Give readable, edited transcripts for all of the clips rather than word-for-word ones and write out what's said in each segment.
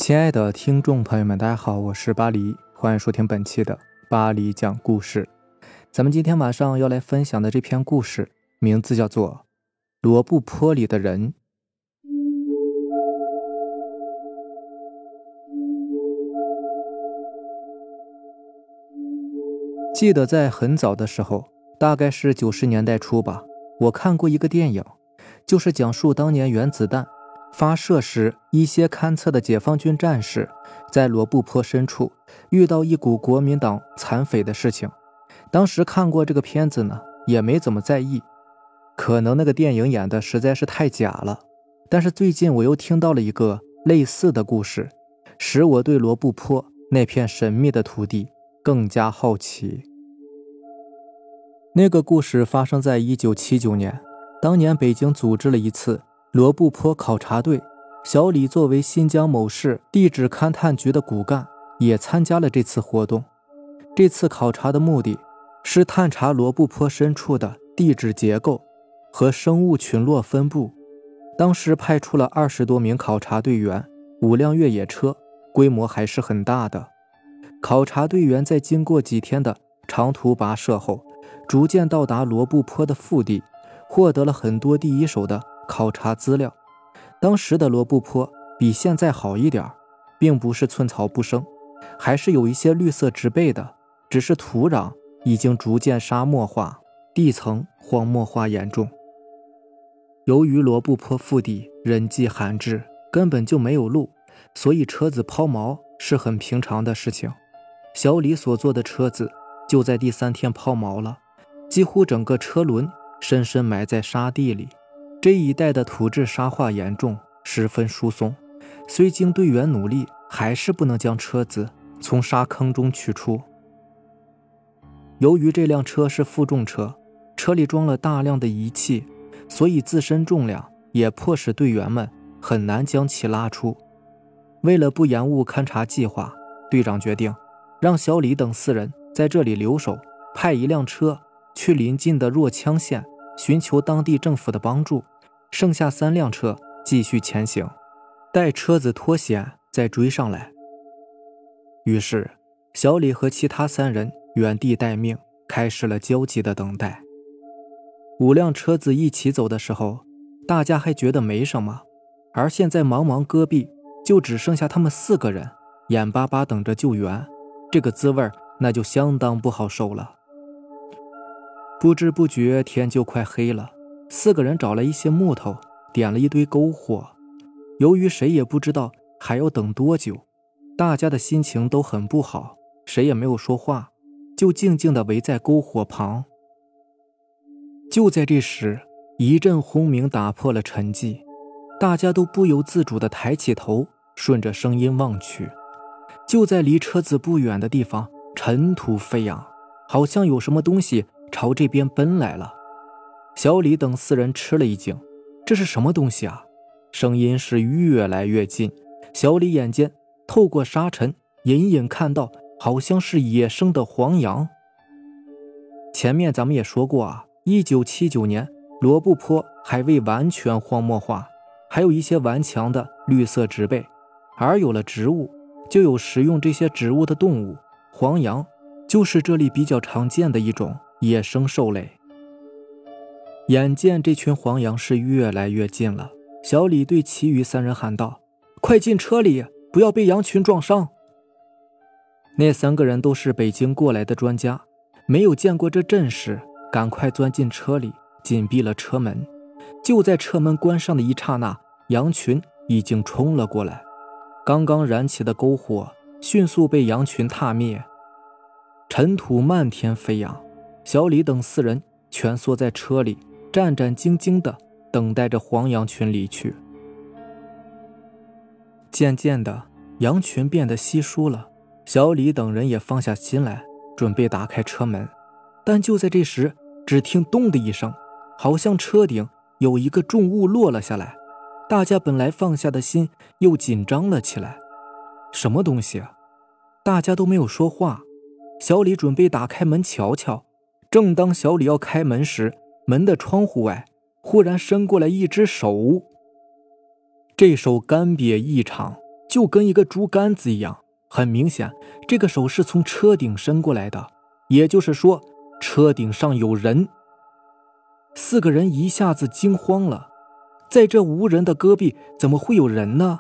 亲爱的听众朋友们，大家好，我是巴黎，欢迎收听本期的巴黎讲故事。咱们今天晚上要来分享的这篇故事，名字叫做《罗布泊里的人》。记得在很早的时候，大概是90年代初吧，我看过一个电影，就是讲述当年原子弹发射时，一些勘测的解放军战士在罗布泊深处遇到一股国民党残匪的事情。当时看过这个片子呢，也没怎么在意，可能那个电影演的实在是太假了。但是最近我又听到了一个类似的故事，使我对罗布泊那片神秘的土地更加好奇。那个故事发生在1979年，当年北京组织了一次罗布泊考察队，小李作为新疆某市地质勘探局的骨干，也参加了这次活动。这次考察的目的是探查罗布泊深处的地质结构和生物群落分布。当时派出了20多名考察队员，5辆越野车，规模还是很大的。考察队员在经过几天的长途跋涉后，逐渐到达罗布泊的腹地，获得了很多第一手的考察资料。当时的罗布泊比现在好一点，并不是寸草不生，还是有一些绿色植被的，只是土壤已经逐渐沙漠化，地层荒漠化严重。由于罗布泊腹地人迹罕至，根本就没有路，所以车子抛锚是很平常的事情。小李所坐的车子就在第3天抛锚了，几乎整个车轮深深埋在沙地里。这一带的土质沙化严重，十分疏松，虽经队员努力，还是不能将车子从沙坑中取出。由于这辆车是负重车，车里装了大量的仪器，所以自身重量也迫使队员们很难将其拉出。为了不延误勘察计划，队长决定让小李等4人在这里留守，派一辆车去临近的若羌县寻求当地政府的帮助，剩下3辆车继续前行，待车子脱险再追上来。于是小李和其他3人原地待命，开始了焦急的等待。5辆车子一起走的时候，大家还觉得没什么，而现在茫茫戈壁就只剩下他们4个人，眼巴巴等着救援，这个滋味那就相当不好受了。不知不觉天就快黑了，4个人找了一些木头，点了一堆篝火。由于谁也不知道还要等多久，大家的心情都很不好，谁也没有说话，就静静地围在篝火旁。就在这时，一阵轰鸣打破了沉寂，大家都不由自主地抬起头，顺着声音望去。就在离车子不远的地方，尘土飞扬，好像有什么东西朝这边奔来了。小李等4人吃了一惊，这是什么东西啊？声音是越来越近，小李眼尖透过沙尘隐隐看到好像是野生的黄羊。前面咱们也说过啊，1979年罗布泊还未完全荒漠化，还有一些顽强的绿色植被，而有了植物，就有食用这些植物的动物，黄羊就是这里比较常见的一种野生兽类。眼见这群黄羊是越来越近了，小李对其余3人喊道：“快进车里，不要被羊群撞伤。”那3个人都是北京过来的专家，没有见过这阵势，赶快钻进车里，紧闭了车门。就在车门关上的一刹那，羊群已经冲了过来，刚刚燃起的篝火迅速被羊群踏灭，尘土漫天飞扬。小李等4人蜷缩在车里，战战兢兢地等待着黄羊群离去。渐渐的，羊群变得稀疏了，小李等人也放下心来，准备打开车门。但就在这时，只听咚的一声，好像车顶有一个重物落了下来。大家本来放下的心又紧张了起来。什么东西啊？大家都没有说话。小李准备打开门瞧瞧，正当小李要开门时，门的窗户外忽然伸过来一只手。这手干瘪异常， 就跟一个竹竿子一样。很明显，这个手是从车顶伸过来的，也就是说，车顶上有人。4个人一下子惊慌了，在这无人的戈壁怎么会有人呢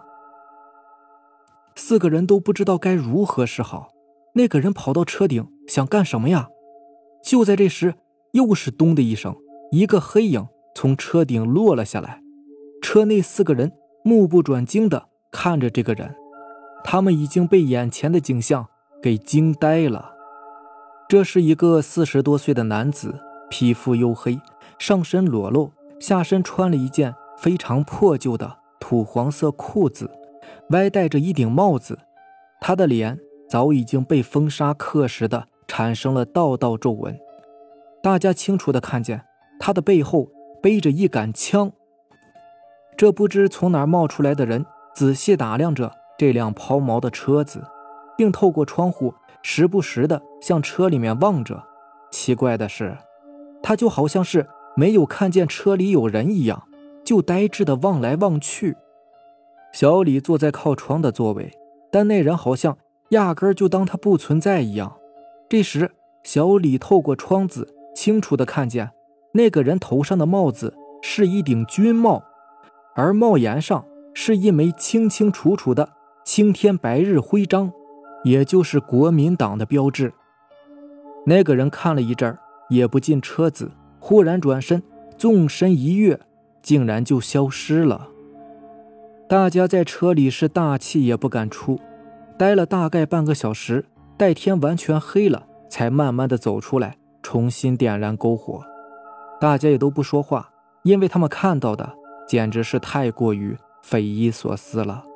？4个人都不知道该如何是好。那个人跑到车顶想干什么呀？就在这时，又是咚的一声，一个黑影从车顶落了下来。车内4个人目不转睛地看着这个人，他们已经被眼前的景象给惊呆了。这是一个40多岁的男子，皮肤黝黑，上身裸露，下身穿了一件非常破旧的土黄色裤子，歪戴着一顶帽子。他的脸早已经被风沙刻蚀的产生了道道皱纹。大家清楚地看见他的背后背着一杆枪。这不知从哪儿冒出来的人仔细打量着这辆抛锚的车子，并透过窗户时不时地向车里面望着。奇怪的是，他就好像是没有看见车里有人一样，就呆滞地望来望去。小李坐在靠窗的座位，但那人好像压根儿就当他不存在一样。这时，小李透过窗子清楚地看见那个人头上的帽子是一顶军帽，而帽檐上是一枚清清楚楚的青天白日徽章，也就是国民党的标志。那个人看了一阵儿，也不进车子，忽然转身，纵身一跃，竟然就消失了。大家在车里是大气也不敢出，待了大概半个小时，待天完全黑了，才慢慢的走出来，重新点燃篝火。大家也都不说话，因为他们看到的简直是太过于匪夷所思了。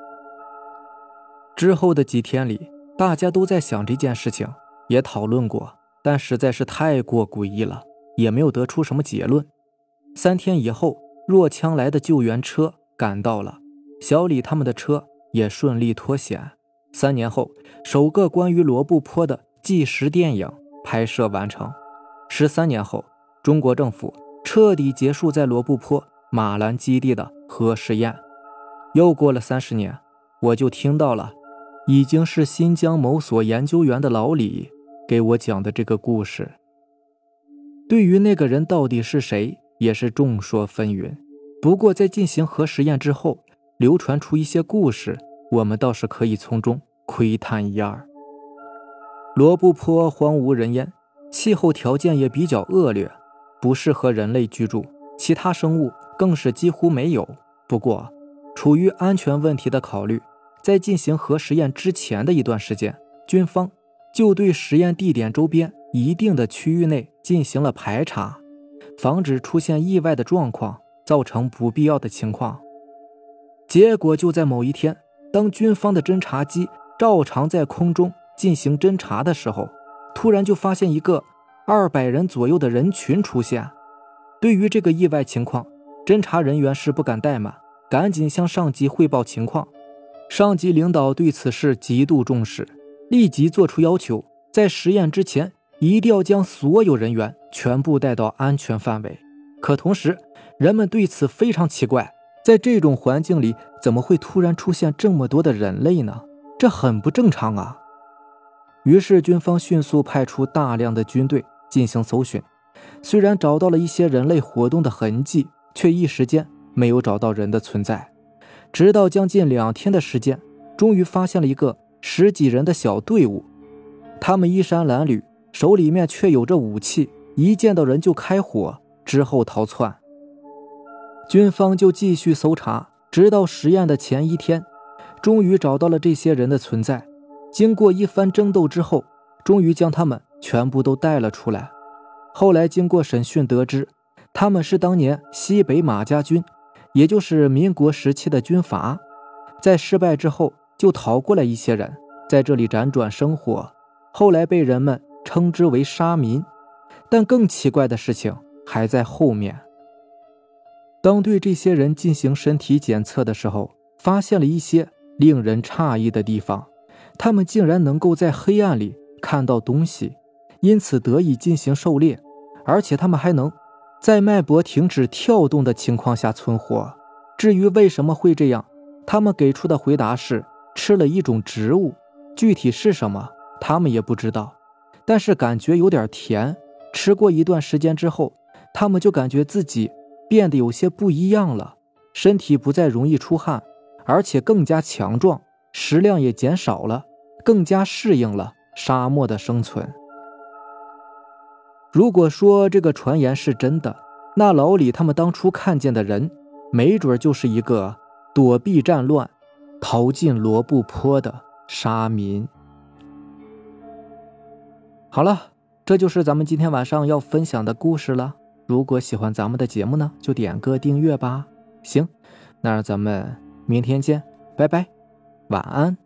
之后的几天里，大家都在想这件事情，也讨论过，但实在是太过诡异了，也没有得出什么结论。3天以后，若枪来的救援车赶到了，小李他们的车也顺利脱险。3年后，首个关于罗布泊的纪实电影拍摄完成。13年后，中国政府彻底结束在罗布泊马兰基地的核试验。又过了30年，我就听到了已经是新疆某所研究员的老李给我讲的这个故事。对于那个人到底是谁，也是众说纷纭。不过在进行核实验之后，流传出一些故事，我们倒是可以从中窥探一二。罗布泊荒无人烟，气候条件也比较恶劣，不适合人类居住，其他生物更是几乎没有。不过出于安全问题的考虑，在进行核实验之前的一段时间，军方就对实验地点周边一定的区域内进行了排查，防止出现意外的状况，造成不必要的情况。结果就在某一天，当军方的侦察机照常在空中进行侦察的时候，突然就发现一个200人左右的人群出现。对于这个意外情况，侦察人员是不敢怠慢，赶紧向上级汇报情况。上级领导对此事极度重视，立即做出要求，在实验之前一定要将所有人员全部带到安全范围。可同时，人们对此非常奇怪，在这种环境里怎么会突然出现这么多的人类呢？这很不正常啊。于是军方迅速派出大量的军队进行搜寻，虽然找到了一些人类活动的痕迹，却一时间没有找到人的存在。直到将近2天的时间，终于发现了一个10几人的小队伍，他们衣衫褴褛，手里面却有着武器，一见到人就开火，之后逃窜。军方就继续搜查，直到实验的前1天，终于找到了这些人的存在。经过一番争斗之后，终于将他们全部都带了出来。后来经过审讯得知，他们是当年西北马家军，也就是民国时期的军阀，在失败之后就逃过来一些人，在这里辗转生活，后来被人们称之为沙民。但更奇怪的事情还在后面。当对这些人进行身体检测的时候，发现了一些令人诧异的地方，他们竟然能够在黑暗里看到东西，因此得以进行狩猎，而且他们还能在脉搏停止跳动的情况下存活。至于为什么会这样， 他们给出的回答是吃了一种植物，具体是什么他们也不知道，但是感觉有点甜，吃过一段时间之后，他们就感觉自己变得有些不一样了，身体不再容易出汗，而且更加强壮，食量也减少了，更加适应了沙漠的生存。如果说这个传言是真的，那老李他们当初看见的人，没准就是一个躲避战乱、逃进罗布泊的沙民。好了，这就是咱们今天晚上要分享的故事了。如果喜欢咱们的节目呢，就点个订阅吧。行，那咱们明天见，拜拜，晚安。